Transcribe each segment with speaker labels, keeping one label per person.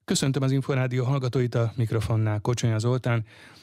Speaker 1: Köszöntöm az Inforádió hallgatóit, a mikrofonnál Kocsonya Zoltán.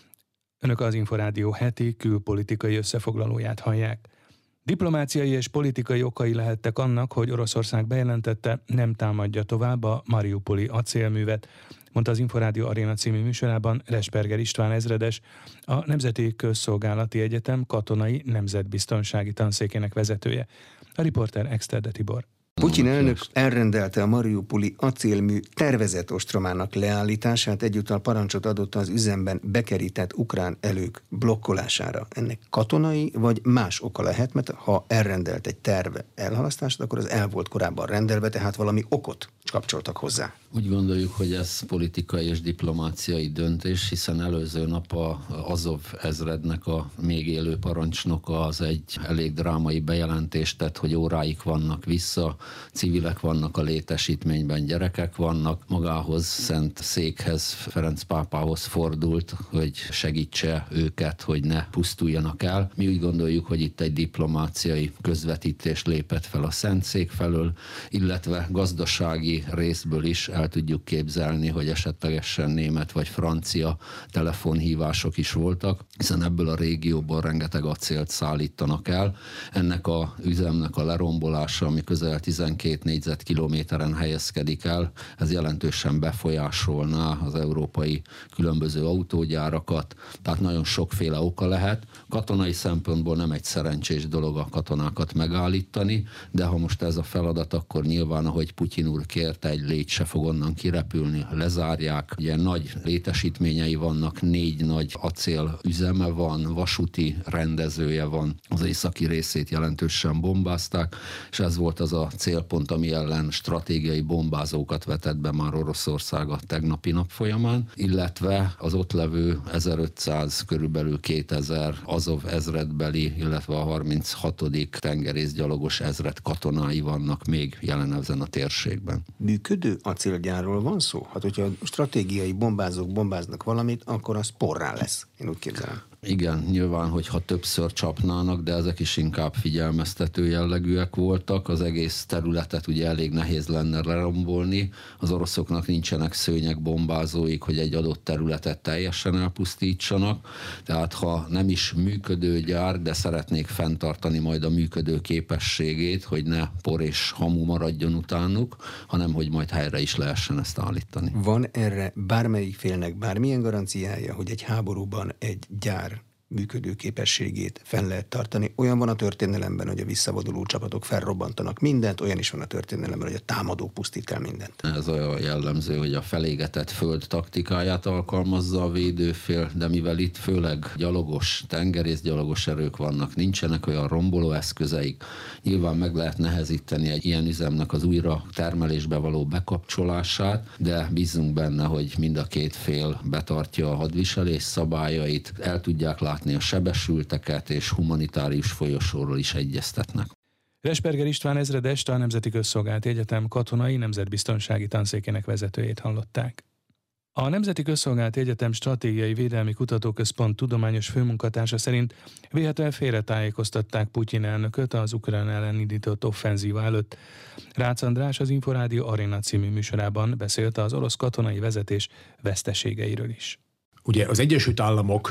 Speaker 1: Önök az Inforádió heti külpolitikai összefoglalóját hallják. Diplomáciai és politikai okai lehettek annak, hogy Oroszország bejelentette, nem támadja tovább a mariupoli acélművet, mondta az Inforádió Aréna című műsorában Resperger István ezredes, a Nemzeti Közszolgálati Egyetem katonai nemzetbiztonsági tanszékének vezetője. A riporter Exterde Tibor.
Speaker 2: Putyin elnök elrendelte a mariupoli acélmű tervezett ostromának leállítását, egyúttal parancsot adott az üzemben bekerített ukrán erők blokkolására. Ennek katonai vagy más oka lehet, mert ha elrendelt egy terv elhalasztását, akkor az el volt korábban rendelve, tehát valami okot kapcsoltak hozzá.
Speaker 3: Úgy gondoljuk, hogy ez politikai és diplomáciai döntés, hiszen előző nap az Azov ezrednek a még élő parancsnoka az egy elég drámai bejelentést tett, hogy óráig vannak vissza, civilek vannak a létesítményben, gyerekek vannak, magához, Szent Székhez, Ferenc pápához fordult, hogy segítse őket, hogy ne pusztuljanak el. Mi úgy gondoljuk, hogy itt egy diplomáciai közvetítés lépett fel a Szent Szék felől, illetve gazdasági részből is el tudjuk képzelni, hogy esetlegesen német vagy francia telefonhívások is voltak, hiszen ebből a régióból rengeteg acélt szállítanak el. Ennek a üzemnek a lerombolása, ami közel 12 négyzetkilométeren helyezkedik el, ez jelentősen befolyásolná az európai különböző autógyárakat, tehát nagyon sokféle oka lehet. Katonai szempontból nem egy szerencsés dolog a katonákat megállítani, de ha most ez a feladat, akkor nyilván, ahogy Putyin úr kérte, egy légy se fog onnan kirepülni, lezárják. Ugye nagy létesítményei vannak, 4 nagy acél üzeme van, vasúti rendezője van, az északi részét jelentősen bombázták, és ez volt az a célpont, ami ellen stratégiai bombázókat vetett be már Oroszország a tegnapi nap folyamán, illetve az ott levő 1500, körülbelül 2000 Azov ezredbeli, illetve a 36. tengerészgyalogos ezred katonái vannak még jelen ezen a térségben.
Speaker 2: Működő acélgyárról van szó? Hát, hogyha stratégiai bombázók bombáznak valamit, akkor az porrá lesz. Én úgy képzelem.
Speaker 3: Igen, nyilván, hogyha többször csapnának, de ezek is inkább figyelmeztető jellegűek voltak. Az egész területet ugye elég nehéz lenne lerombolni. Az oroszoknak nincsenek szőnyegbombázóik, hogy egy adott területet teljesen elpusztítsanak. Tehát ha nem is működő gyár, de szeretnék fenntartani majd a működő képességét, hogy ne por és hamu maradjon utánuk, hanem hogy majd helyre is lehessen ezt állítani.
Speaker 2: Van erre bármelyik félnek bármilyen garanciája, hogy egy háborúban egy gyár működő képességét fenn lehet tartani? Olyan van a történelemben, hogy a visszavonuló csapatok felrobbantanak mindent, olyan is van a történelemben, hogy a támadó pusztít el mindent.
Speaker 3: Ez olyan jellemző, hogy a felégetett föld taktikáját alkalmazza a védőfél, de mivel itt főleg gyalogos, tengerészgyalogos erők vannak, nincsenek olyan romboló eszközeik, nyilván meg lehet nehezíteni egy ilyen üzemnek az újra termelésbe való bekapcsolását, de bízunk benne, hogy mind a két fél betartja a hadviselés szabályait, el tudják látni a sebesülteket, és humanitárius folyosóról is egyeztetnek.
Speaker 1: Resperger István ezredest, a Nemzeti Közszolgálati Egyetem katonai nemzetbiztonsági tanszékének vezetőjét hallották. A Nemzeti Közszolgálati Egyetem Stratégiai Védelmi Kutatóközpont tudományos főmunkatársa szerint véletlenül félretájékoztatták Putyin elnököt az ukrán ellen indított offenzíva előtt. Rácz András az Inforádió Aréna című műsorában beszélt az orosz katonai vezetés veszteségeiről is.
Speaker 4: Ugye az Egyesült Államok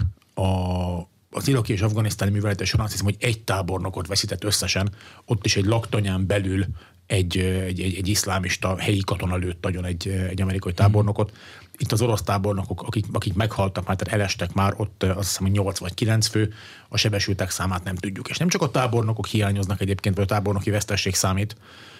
Speaker 4: az iraki és afganisztáni művelete során azt hiszem, hogy egy tábornokot veszített összesen, ott is egy laktanyán belül egy iszlámista helyi katona lőtt agyon egy amerikai tábornokot. Itt az orosz tábornokok, akik meghaltak már, tehát elestek már, ott azt hiszem, hogy 8 vagy 9 fő, a sebesültek számát nem tudjuk. És nem csak a tábornokok hiányoznak egyébként, vagy a tábornoki vesztesség számít,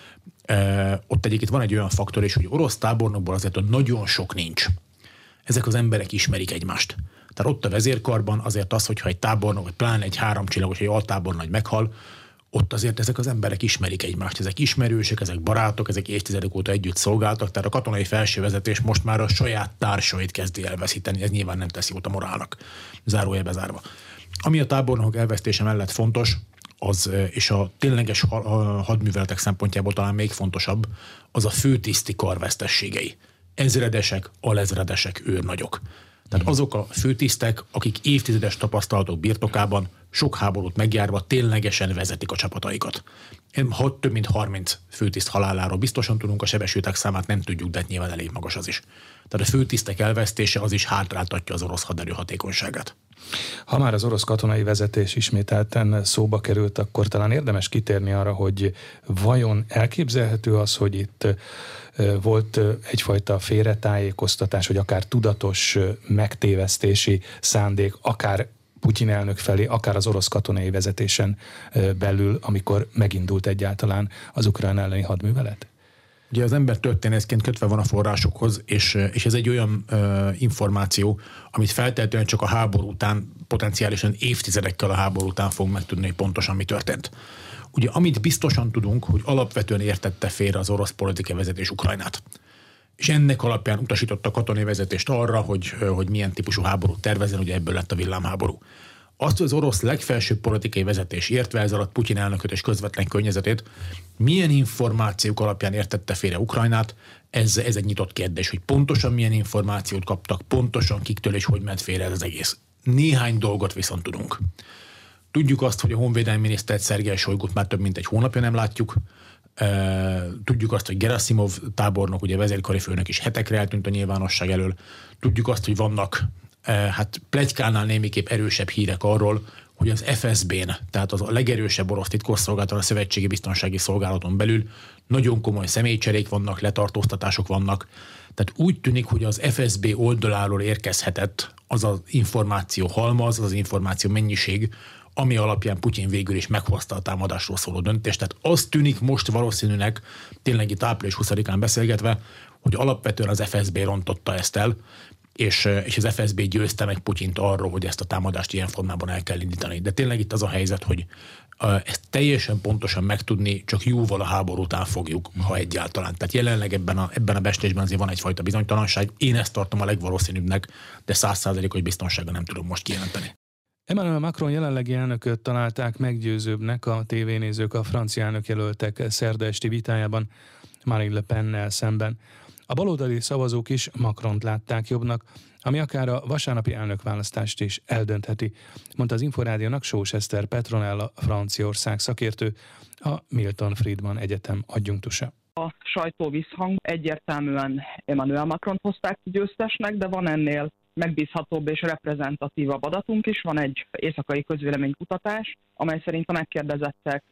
Speaker 4: ott egyébként van egy olyan faktor is, hogy orosz tábornokból azért nagyon sok nincs. Ezek az emberek ismerik egymást. Tehát ott a vezérkarban azért az, hogyha egy tábornok, vagy pláne egy 3 csillagos, egy altábornagy meghal, ott azért ezek az emberek ismerik egymást. Ezek ismerősök, ezek barátok, ezek évtizedek óta együtt szolgáltak, tehát a katonai felsővezetés most már a saját társait kezdi elveszíteni, ez nyilván nem teszi jót a morálnak, zárójelbe bezárva. Ami a tábornokok elvesztése mellett fontos, az, és a tényleges hadműveletek szempontjából talán még fontosabb, az a főtiszti kar vesztességei. Ezredesek, alezredesek, őrnagyok. Tehát azok a főtisztek, akik évtizedes tapasztalatok birtokában, sok háborút megjárva ténylegesen vezetik a csapataikat. Több mint 30 főtiszt haláláról biztosan tudunk, a sebesültek számát nem tudjuk, de nyilván elég magas az is. Tehát a főtisztek elvesztése az is hátráltatja az orosz haderő hatékonyságát.
Speaker 1: Ha már az orosz katonai vezetés ismételten szóba került, akkor talán érdemes kitérni arra, hogy vajon elképzelhető az, hogy itt volt egyfajta félretájékoztatás, vagy akár tudatos megtévesztési szándék, akár Putyin elnök felé, akár az orosz katonai vezetésen belül, amikor megindult egyáltalán az ukrán elleni hadművelet?
Speaker 4: Ugye az ember történészként kötve van a forrásokhoz, és ez egy olyan információ, amit feltétlenül csak a háború után, potenciálisan évtizedekkel a háború után fogunk megtudni, hogy pontosan mi történt. Ugye amit biztosan tudunk, hogy alapvetően értette félre az orosz politikai vezetés Ukrajnát. És ennek alapján utasította a katonai vezetést arra, hogy milyen típusú háborút tervezzen, ugye ebből lett a villámháború. Azt, hogy az orosz legfelsőbb politikai vezetés értve ez alatt Putyin elnököt és közvetlen környezetét, milyen információk alapján értette félre Ukrajnát, ez egy nyitott kérdés, hogy pontosan milyen információt kaptak, pontosan kiktől és hogy ment félre ez az egész. Néhány dolgot viszont tudunk. Tudjuk azt, hogy a honvédelmi minisztert, Szergej Sojgut már több mint egy hónapja nem látjuk. Tudjuk azt, hogy Gerasimov tábornok, ugye vezérkari főnök is hetekre eltűnt a nyilvánosság elől. Tudjuk azt, hogy vannak pletykánál némiképp erősebb hírek arról, hogy az FSB-n, tehát az a legerősebb orosz titkosszolgálaton, a Szövetségi Biztonsági Szolgálaton belül nagyon komoly személycserék vannak, letartóztatások vannak. Tehát úgy tűnik, hogy az FSB oldaláról érkezhetett az az információ halmaz, az az információ mennyiség, ami alapján Putyin végül is meghozta a támadásról szóló döntést. Tehát az tűnik most valószínűleg, tényleg itt április 20-án beszélgetve, hogy alapvetően az FSB rontotta ezt el, és az FSB győzte meg Putyint arról, hogy ezt a támadást ilyen formában el kell indítani. De tényleg itt az a helyzet, hogy ezt teljesen pontosan megtudni csak jóval a háború után fogjuk, ha egyáltalán. Tehát jelenleg ebben a bestésben azért van egyfajta bizonytalanság. Én ezt tartom a legvalószínűbbnek, de 100%-os biztonsággal nem tudom most kijelenteni.
Speaker 1: Emmanuel Macron jelenlegi elnököt találták meggyőzőbbnek a tévénézők a francia elnökjelöltek szerda esti vitájában Marine Le Pennel szemben. A baloldali szavazók is Macront látták jobbnak, ami akár a vasárnapi elnökválasztást is eldöntheti, mondta az Inforádiónak Sós Eszter Petronella, Franciaország szakértő, a Milton Friedman Egyetem adjunktusa.
Speaker 5: A sajtó visszhang egyértelműen Emmanuel Macront hozták ki győztesnek, de van ennél megbízhatóbb és reprezentatívabb adatunk is. Van egy éjszakai közvéleménykutatás, amely szerint a megkérdezettek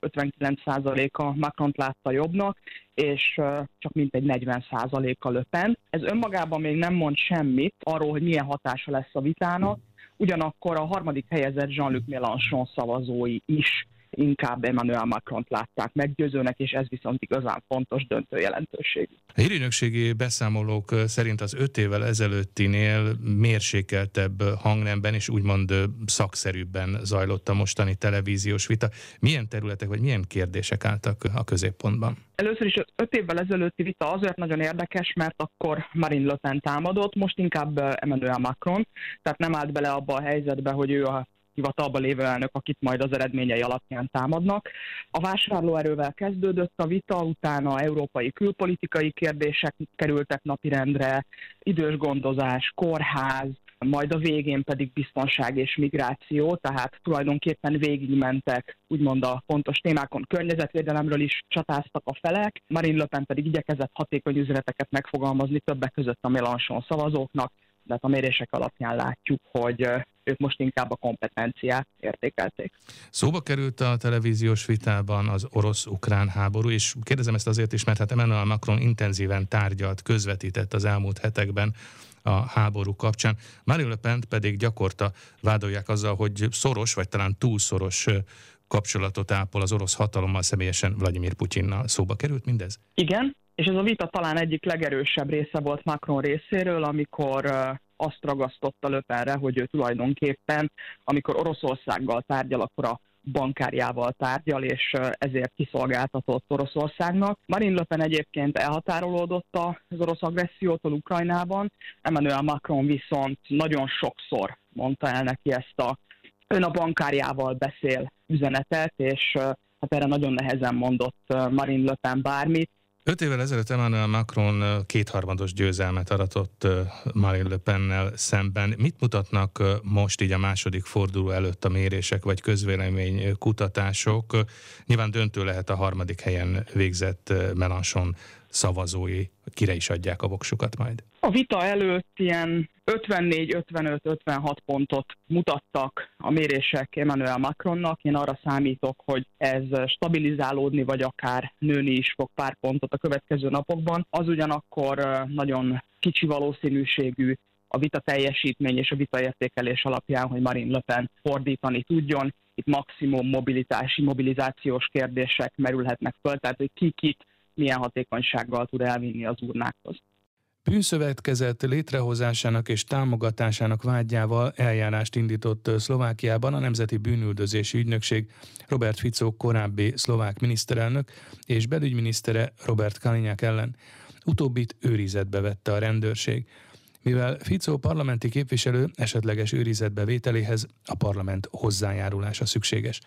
Speaker 5: 59%-a Macront látta jobbnak, és csak mintegy 40%-a Le Pen. Ez önmagában még nem mond semmit arról, hogy milyen hatása lesz a vitának, ugyanakkor a harmadik helyezett Jean-Luc Mélenchon szavazói is inkább Emmanuel Macront látták meggyőzőnek, és ez viszont igazán fontos döntő jelentőségű.
Speaker 1: A hírügynökségi beszámolók szerint az 5 évvel ezelőttinél mérsékeltebb hangnemben és úgymond szakszerűbben zajlott a mostani televíziós vita. Milyen területek vagy milyen kérdések álltak a középpontban?
Speaker 5: Először is az 5 évvel ezelőtti vita azért nagyon érdekes, mert akkor Marine Le Pen támadott, most inkább Emmanuel Macron, tehát nem állt bele abba a helyzetbe, hogy ő a hivatalban lévő elnök, akit majd az eredményei alapján támadnak. A vásárlóerővel kezdődött a vita, utána európai külpolitikai kérdések kerültek napirendre, idős gondozás, kórház, majd a végén pedig biztonság és migráció, tehát tulajdonképpen végigmentek úgymond a fontos témákon, környezetvédelemről is csatáztak a felek, Marine Le Pen pedig igyekezett hatékony üzeneteket megfogalmazni többek között a Mélenchon szavazóknak, de a mérések alapján látjuk, hogy ők most inkább a kompetenciát értékelték.
Speaker 1: Szóba került a televíziós vitában az orosz-ukrán háború, és kérdezem ezt azért is, mert hát Emmanuel Macron intenzíven tárgyalt, közvetített az elmúlt hetekben a háború kapcsán. Marine Le Pen pedig gyakorta vádolják azzal, hogy szoros, vagy talán túlszoros kapcsolatot ápol az orosz hatalommal, személyesen Vladimir Putyinnal. Szóba került mindez?
Speaker 5: Igen, és ez a vita talán egyik legerősebb része volt Macron részéről, amikor azt ragasztotta Le Penre, hogy ő tulajdonképpen, amikor Oroszországgal tárgyal, akkor a bankárjával tárgyal, és ezért kiszolgáltatott Oroszországnak. Marine Le Pen egyébként elhatárolódott az orosz agressziótól Ukrajnában, Emmanuel Macron viszont nagyon sokszor mondta el neki ezt ön a bankárjával beszél üzenetet, és hát erre nagyon nehezen mondott Marine Le Pen bármit.
Speaker 1: 5 évvel ezelőtt Emmanuel Macron kétharmados győzelmet aratott Marine Le Pennel szemben. Mit mutatnak most így a második forduló előtt a mérések vagy közvélemény kutatások? Nyilván döntő lehet a harmadik helyen végzett Mélenchon szavazói, kire is adják a voksukat majd.
Speaker 5: A vita előtt ilyen 54, 55, 56 pontot mutattak a mérések Emmanuel Macronnak. Én arra számítok, hogy ez stabilizálódni, vagy akár nőni is fog pár pontot a következő napokban. Az ugyanakkor nagyon kicsi valószínűségű a vita teljesítmény és a vita értékelés alapján, hogy Marine Le Pen fordítani tudjon. Itt maximum mobilizációs kérdések merülhetnek föl, tehát hogy ki-kit milyen hatékonysággal tud elvinni az urnákhoz.
Speaker 1: Bűnszövetkezet létrehozásának és támogatásának vágyával eljárást indított Szlovákiában a Nemzeti Bűnüldözési Ügynökség Robert Fico korábbi szlovák miniszterelnök és belügyminisztere Robert Kaliňák ellen. Utóbbit őrizetbe vette a rendőrség. Mivel Fico parlamenti képviselő, esetleges őrizetbe vételéhez a parlament hozzájárulása szükséges.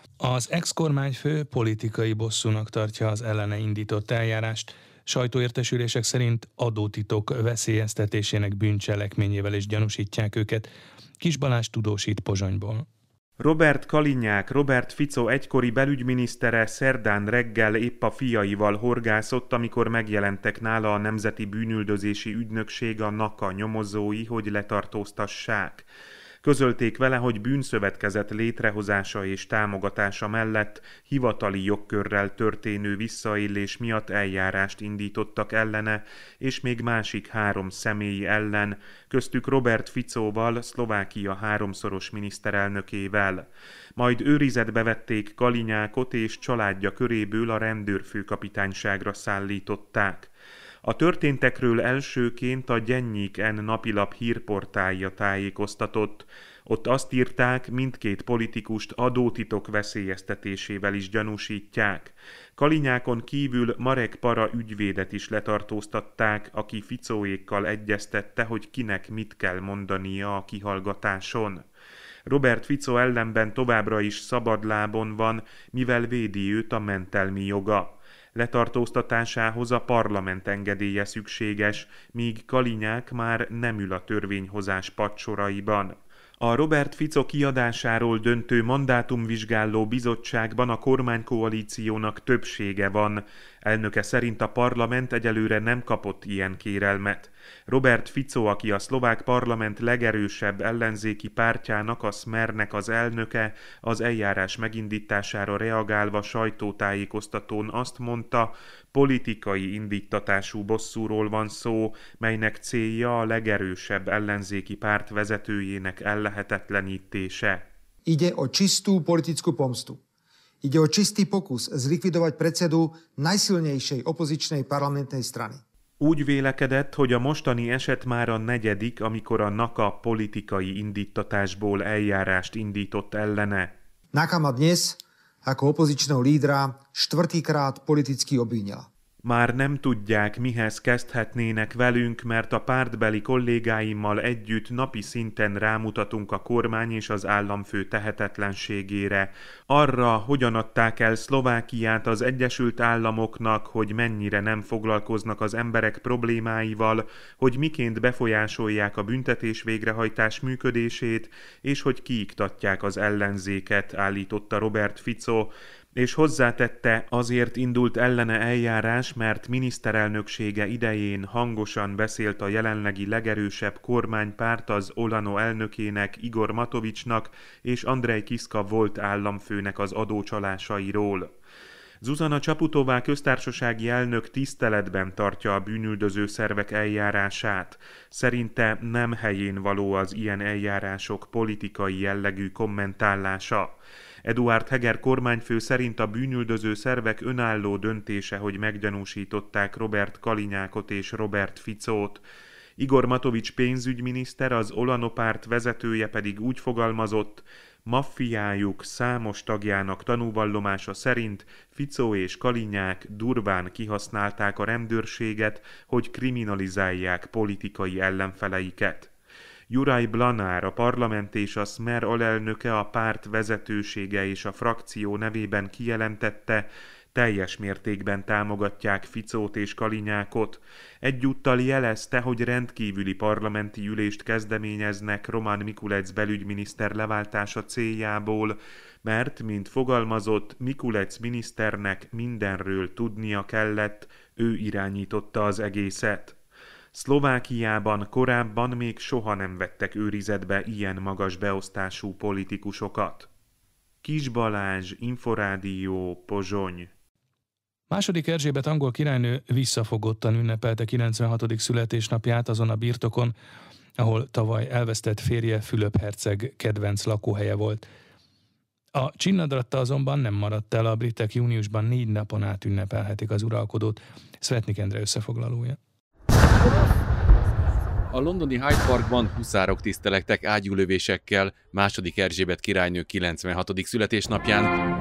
Speaker 1: Az ex-kormányfő politikai bosszúnak tartja az ellene indított eljárást. Sajtóértesülések szerint adótitok veszélyeztetésének bűncselekményével is gyanúsítják őket. Kis Balázs tudósít Pozsonyból.
Speaker 6: Robert Kaliňák, Robert Fico egykori belügyminisztere szerdán reggel épp a fiaival horgászott, amikor megjelentek nála a Nemzeti Bűnüldözési Ügynökség, a NAKA nyomozói, hogy letartóztassák. Közölték vele, hogy bűnszövetkezet létrehozása és támogatása mellett hivatali jogkörrel történő visszaélés miatt eljárást indítottak ellene, és még másik 3 személy ellen, köztük Robert Ficóval, Szlovákia 3-szoros miniszterelnökével. Majd őrizetbe vették Kaliňákot, és családja köréből a rendőrfőkapitányságra szállították. A történtekről elsőként a Gyennyik N napilap hírportálja tájékoztatott. Ott azt írták, mindkét politikust adótitok veszélyeztetésével is gyanúsítják. Kaliňákon kívül Marek Para ügyvédet is letartóztatták, aki Ficóékkal egyeztette, hogy kinek mit kell mondania a kihallgatáson. Robert Fico ellenben továbbra is szabadlábon van, mivel védi őt a mentelmi joga. Letartóztatásához a parlament engedélye szükséges, míg Kaliňák már nem ül a törvényhozás padsoraiban. A Robert Fico kiadásáról döntő mandátumvizsgáló bizottságban a kormánykoalíciónak többsége van. Elnöke szerint a parlament egyelőre nem kapott ilyen kérelmet. Robert Fico, aki a szlovák parlament legerősebb ellenzéki pártjának, a Smernek az elnöke, az eljárás megindítására reagálva sajtótájékoztatón azt mondta, politikai indítatású bosszúról van szó, melynek célja a legerősebb ellenzéki párt vezetőjének ellehetetlenítése.
Speaker 7: Ide o čistú politickú pomstu. Ide o čistý pokus zlikvidovať predsedu najsilnejšej opozičnej parlamentnej strany.
Speaker 6: Úgy vélekedett, hogy a mostani eset már a 4., amikor a NAKA politikai indítatásból eljárást indított ellene.
Speaker 7: NAKA ma dnes ako opozičného lídra 4-krát politicky obvinila.
Speaker 6: Már nem tudják, mihez kezdhetnének velünk, mert a pártbeli kollégáimmal együtt napi szinten rámutatunk a kormány és az államfő tehetetlenségére. Arra, hogyan adták el Szlovákiát az Egyesült Államoknak, hogy mennyire nem foglalkoznak az emberek problémáival, hogy miként befolyásolják a büntetés végrehajtás működését, és hogy kiiktatják az ellenzéket, állította Robert Fico, és hozzátette, azért indult ellene eljárás, mert miniszterelnöksége idején hangosan beszélt a jelenlegi legerősebb kormánypárt az Olano elnökének, Igor Matovicsnak és Andrej Kiska volt államfőnek az adócsalásairól. Zuzana Csaputová köztársasági elnök tiszteletben tartja a bűnüldöző szervek eljárását. Szerinte nem helyén való az ilyen eljárások politikai jellegű kommentálása. Eduard Heger kormányfő szerint a bűnüldöző szervek önálló döntése, hogy meggyanúsították Robert Kaliňákot és Robert Ficót. Igor Matovics pénzügyminiszter, az Olano párt vezetője pedig úgy fogalmazott, maffiájuk számos tagjának tanúvallomása szerint Fico és Kaliňák durván kihasználták a rendőrséget, hogy kriminalizálják politikai ellenfeleiket. Juraj Blanár, a parlament és a Smer alelnöke, a párt vezetősége és a frakció nevében kijelentette, teljes mértékben támogatják Ficót és Kalinyákot. Egyúttal jelezte, hogy rendkívüli parlamenti ülést kezdeményeznek Roman Mikulec belügyminiszter leváltása céljából, mert, mint fogalmazott, Mikulec miniszternek mindenről tudnia kellett, ő irányította az egészet. Szlovákiában korábban még soha nem vettek őrizetbe ilyen magas beosztású politikusokat. Kis Balázs, Inforádió, Pozsony.
Speaker 1: II. Erzsébet angol királynő visszafogottan ünnepelte 96. születésnapját azon a birtokon, ahol tavaly elvesztett férje Fülöp herceg kedvenc lakóhelye volt. A csinnadratta azonban nem maradt el, a britek júniusban 4 napon át ünnepelhetik az uralkodót. Szvetnik Endre összefoglalója.
Speaker 8: A londoni Hyde Parkban huszárok tisztelektek ágyúlövésekkel II. Erzsébet királynő 96. születésnapján.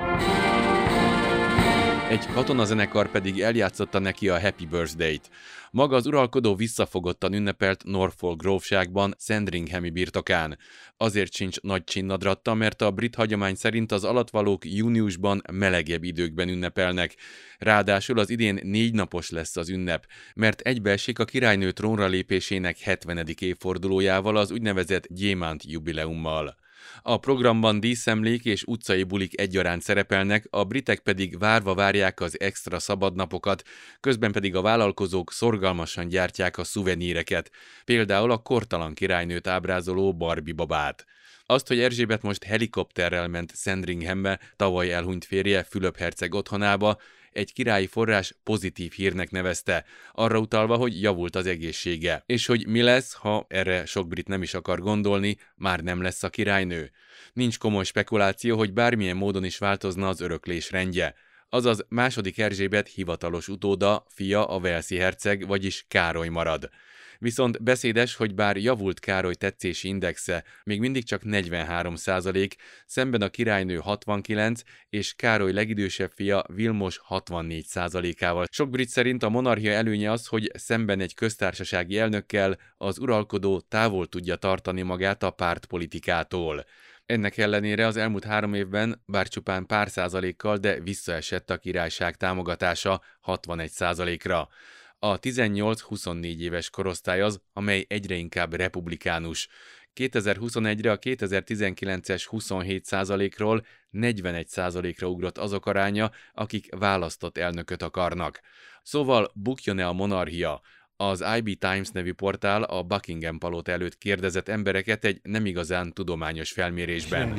Speaker 8: Egy katonazenekar pedig eljátszotta neki a Happy Birthday-t. Maga az uralkodó visszafogottan ünnepelt Norfolk grófságban, Sandringhami birtokán. Azért sincs nagy csinnadratta, mert a brit hagyomány szerint az alattvalók júniusban melegebb időkben ünnepelnek. Ráadásul az idén 4 napos lesz az ünnep, mert egybeesik a királynő trónra lépésének 70. évfordulójával, az úgynevezett gyémánt jubileummal. A programban díszemlék és utcai bulik egyaránt szerepelnek, a britek pedig várva várják az extra szabadnapokat, közben pedig a vállalkozók szorgalmasan gyártják a szuveníreket, például a kortalan királynőt ábrázoló Barbie babát. Azt, hogy Erzsébet most helikopterrel ment Sandringhambe, tavaly elhunyt férje Fülöp herceg otthonába, egy királyi forrás pozitív hírnek nevezte, arra utalva, hogy javult az egészsége, és hogy mi lesz, ha erre sok brit nem is akar gondolni, már nem lesz a királynő. Nincs komoly spekuláció, hogy bármilyen módon is változna az öröklés rendje. Azaz II. Erzsébet hivatalos utóda, fia a walesi herceg, vagyis Károly marad. Viszont beszédes, hogy bár javult Károly tetszési indexe, még mindig csak 43%, szemben a királynő 69% és Károly legidősebb fia Vilmos 64%-ával. Sok brit szerint a monarchia előnye az, hogy szemben egy köztársasági elnökkel az uralkodó távol tudja tartani magát a pártpolitikától. Ennek ellenére az elmúlt 3 évben, bár csupán pár százalékkal, de visszaesett a királyság támogatása 61%-ra. A 18-24 éves korosztály az, amely egyre inkább republikánus. 2021-re a 2019-es 27%-ról 41%-ra ugrott azok aránya, akik választott elnököt akarnak. Szóval bukjon-e a monarchia? Az IB Times nevű portál a Buckingham palota előtt kérdezett embereket egy nem igazán tudományos felmérésben.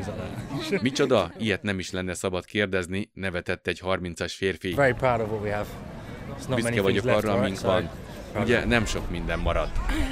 Speaker 8: Micsoda? Ilyet nem is lenne szabad kérdezni, nevetett egy 30-as férfi. Büszke vagyok arra, amink van. Ugye nem sok minden maradt.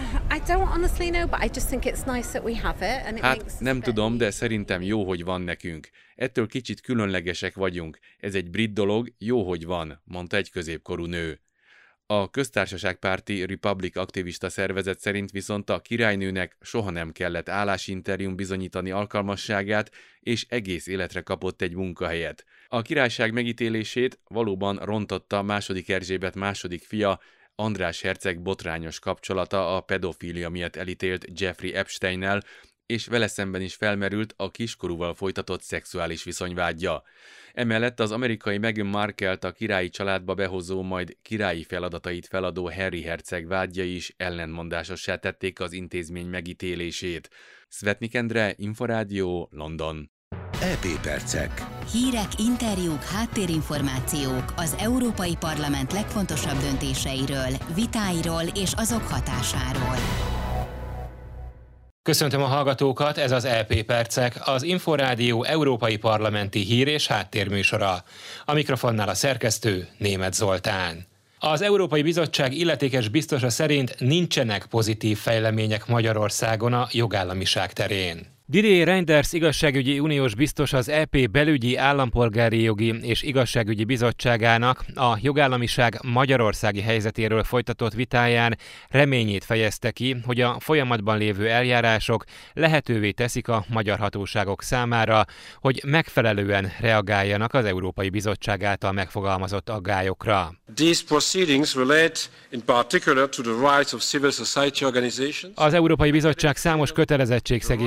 Speaker 8: Hát nem tudom, de szerintem jó, hogy van nekünk. Ettől kicsit különlegesek vagyunk. Ez egy brit dolog, jó, hogy van, mondta egy középkorú nő. A köztársaságpárti Republic aktivista szervezet szerint viszont a királynőnek soha nem kellett állásinterjún bizonyítani alkalmasságát, és egész életre kapott egy munkahelyet. A királyság megítélését valóban rontotta II. Erzsébet második fia, András herceg botrányos kapcsolata a pedofília miatt elítélt Jeffrey Epsteinnel, és vele szemben is felmerült a kiskorúval folytatott szexuális viszonyvádja. Emellett az amerikai Meghan Markle-t a királyi családba behozó, majd királyi feladatait feladó Harry herceg vádjai is ellentmondásossá tették az intézmény megítélését. Szvetnik Endre, Inforádió, London.
Speaker 9: EP percek.
Speaker 10: Hírek, interjúk, háttérinformációk az Európai Parlament legfontosabb döntéseiről, vitáiról és azok hatásáról.
Speaker 11: Köszöntöm a hallgatókat, ez az EP percek, az Inforádió európai parlamenti hír- és háttérműsora. A mikrofonnál a szerkesztő Németh Zoltán. Az Európai Bizottság illetékes biztosa szerint nincsenek pozitív fejlemények Magyarországon a jogállamiság terén. Didier Reynders igazságügyi uniós biztos az EP belügyi, állampolgári jogi és igazságügyi bizottságának a jogállamiság magyarországi helyzetéről folytatott vitáján reményét fejezte ki, hogy a folyamatban lévő eljárások lehetővé teszik a magyar hatóságok számára, hogy megfelelően reagáljanak az Európai Bizottság által megfogalmazott aggályokra.
Speaker 12: These proceedings relate in particular to the rights of civil society organizations.
Speaker 11: Az Európai Bizottság számos kötelezettségszegési eljárás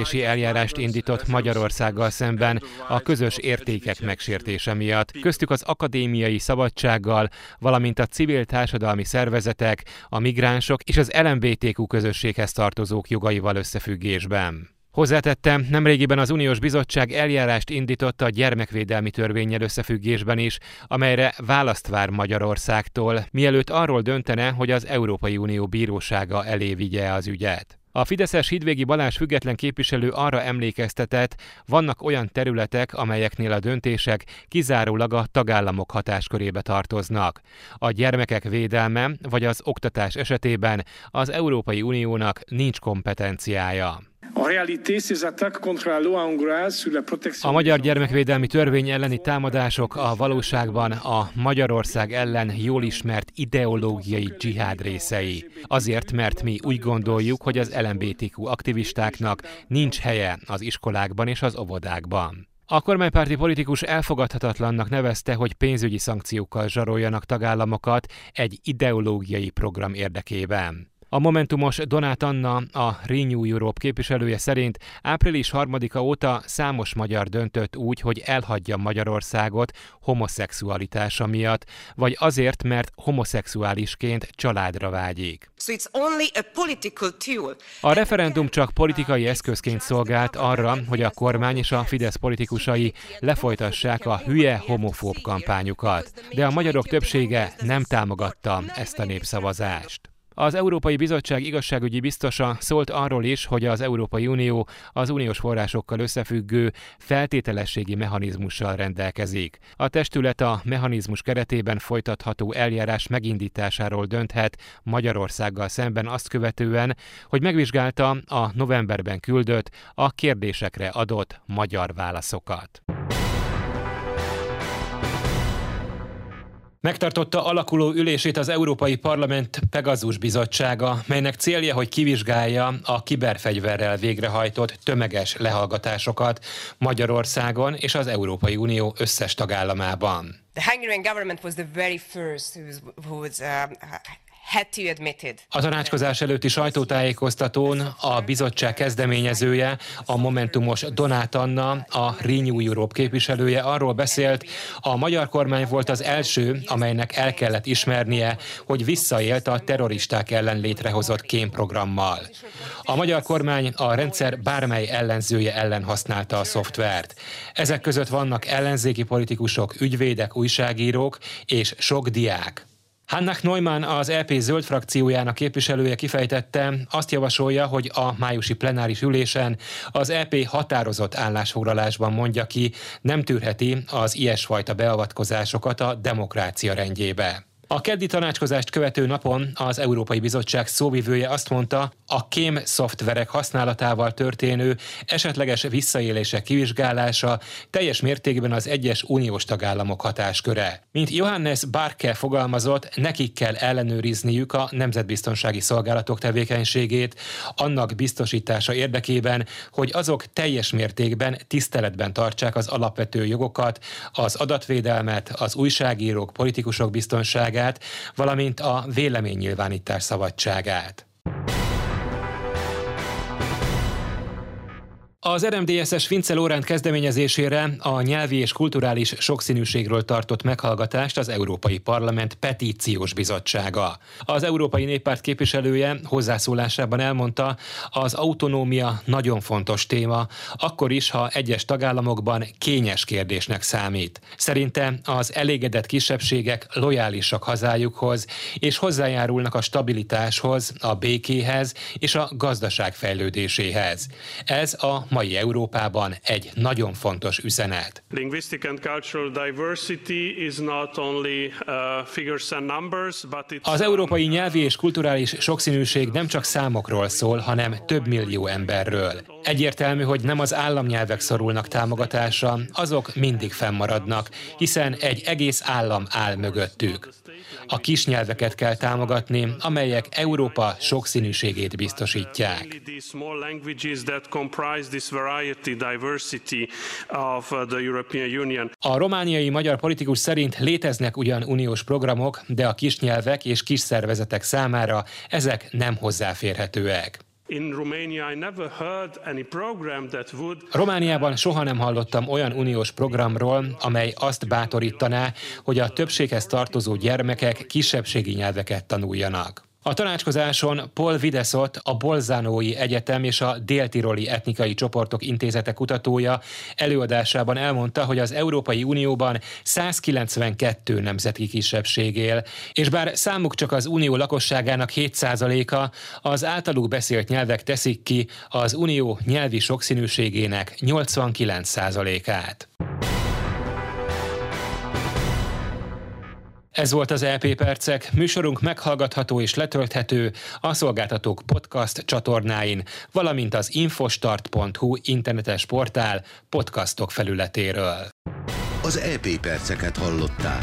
Speaker 11: eljárást indított Magyarországgal szemben a közös értékek megsértése miatt, köztük az akadémiai szabadsággal, valamint a civil társadalmi szervezetek, a migránsok és az LMBTQ közösséghez tartozók jogaival összefüggésben. Hozzátette, nemrégiben az Uniós Bizottság eljárást indított a gyermekvédelmi törvénnyel összefüggésben is, amelyre választ vár Magyarországtól, mielőtt arról döntene, hogy az Európai Unió bírósága elé vigye az ügyet. A fideszes Hidvégi Balázs független képviselő arra emlékeztetett, vannak olyan területek, amelyeknél a döntések kizárólag a tagállamok hatáskörébe tartoznak. A gyermekek védelme vagy az oktatás esetében az Európai Uniónak nincs kompetenciája. A magyar gyermekvédelmi törvény elleni támadások a valóságban a Magyarország ellen jól ismert ideológiai dzsihád részei. Azért, mert mi úgy gondoljuk, hogy az LMBTQ aktivistáknak nincs helye az iskolákban és az óvodákban. A kormánypárti politikus elfogadhatatlannak nevezte, hogy pénzügyi szankciókkal zsaroljanak tagállamokat egy ideológiai program érdekében. A momentumos Donát Anna, a Renew Europe képviselője szerint április 3-a óta számos magyar döntött úgy, hogy elhagyja Magyarországot homoszexualitása miatt, vagy azért, mert homoszexuálisként családra vágyik. A referendum csak politikai eszközként szolgált arra, hogy a kormány és a Fidesz politikusai lefolytassák a hülye homofób kampányukat, de a magyarok többsége nem támogatta ezt a népszavazást. Az Európai Bizottság igazságügyi biztosa szólt arról is, hogy az Európai Unió az uniós forrásokkal összefüggő feltételességi mechanizmussal rendelkezik. A testület a mechanizmus keretében folytatható eljárás megindításáról dönthet Magyarországgal szemben azt követően, hogy megvizsgálta a novemberben küldött, a kérdésekre adott magyar válaszokat. Megtartotta alakuló ülését az Európai Parlament Pegasus Bizottsága, melynek célja, hogy kivizsgálja a kiberfegyverrel végrehajtott tömeges lehallgatásokat Magyarországon és az Európai Unió összes tagállamában.
Speaker 13: The Hungarian government was the very first who was
Speaker 11: A tanácskozás előtti sajtótájékoztatón a bizottság kezdeményezője, a momentumos Donát Anna, a Renew Europe képviselője arról beszélt, a magyar kormány volt az első, amelynek el kellett ismernie, hogy visszaélt a terroristák ellen létrehozott kémprogrammal. A magyar kormány a rendszer bármely ellenzője ellen használta a szoftvert. Ezek között vannak ellenzéki politikusok, ügyvédek, újságírók és sok diák. Hannach Neumann, az EP zöld frakciójának képviselője kifejtette, azt javasolja, hogy a májusi plenáris ülésen az EP határozott állásfoglalásban mondja ki, nem tűrheti az ilyesfajta beavatkozásokat a demokrácia rendjébe. A keddi tanácskozást követő napon az Európai Bizottság szóvivője azt mondta, a kém szoftverek használatával történő esetleges visszaélések kivizsgálása teljes mértékben az egyes uniós tagállamok hatásköre. Mint Johannes Barke fogalmazott, nekik kell ellenőrizniük a nemzetbiztonsági szolgálatok tevékenységét, annak biztosítása érdekében, hogy azok teljes mértékben tiszteletben tartsák az alapvető jogokat, az adatvédelmet, az újságírók, politikusok biztonságát, valamint a véleménynyilvánítás szabadságát. Az RMDSZ-es Vince Lóránt kezdeményezésére a nyelvi és kulturális sokszínűségről tartott meghallgatást az Európai Parlament Petíciós Bizottsága. Az Európai Néppárt képviselője hozzászólásában elmondta, az autonómia nagyon fontos téma, akkor is, ha egyes tagállamokban kényes kérdésnek számít. Szerinte az elégedett kisebbségek lojálisak hazájukhoz, és hozzájárulnak a stabilitáshoz, a békéhez és a gazdaság fejlődéséhez. Ez a mai Európában egy nagyon fontos üzenet. Az európai nyelvi és kulturális sokszínűség nem csak számokról szól, hanem több millió emberről. Egyértelmű, hogy nem az államnyelvek szorulnak támogatásra, azok mindig fennmaradnak, hiszen egy egész állam áll mögöttük. A kis nyelveket kell támogatni, amelyek Európa sokszínűségét biztosítják. A romániai magyar politikus szerint léteznek ugyan uniós programok, de a kisnyelvek és kis szervezetek számára ezek nem hozzáférhetőek. Romániában soha nem hallottam olyan uniós programról, amely azt bátorítaná, hogy a többséghez tartozó gyermekek kisebbségi nyelveket tanuljanak. A tanácskozáson Paul Videszot, a Bolzánói Egyetem és a Dél-tiroli Etnikai Csoportok Intézete kutatója előadásában elmondta, hogy az Európai Unióban 192 nemzeti kisebbség él, és bár számuk csak az unió lakosságának 7%-a, az általuk beszélt nyelvek teszik ki az unió nyelvi sokszínűségének 89%-át. Ez volt az EP Percek, műsorunk meghallgatható és letölthető a szolgáltatók podcast csatornáin, valamint az infostart.hu internetes portál podcastok felületéről.
Speaker 9: Az EP Perceket hallották.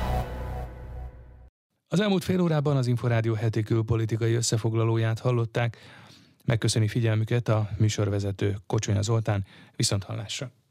Speaker 1: Az elmúlt fél órában az Inforádió heti külpolitikai összefoglalóját hallották. Megköszöni figyelmüket a műsorvezető Kocsonya Zoltán, viszonthallásra.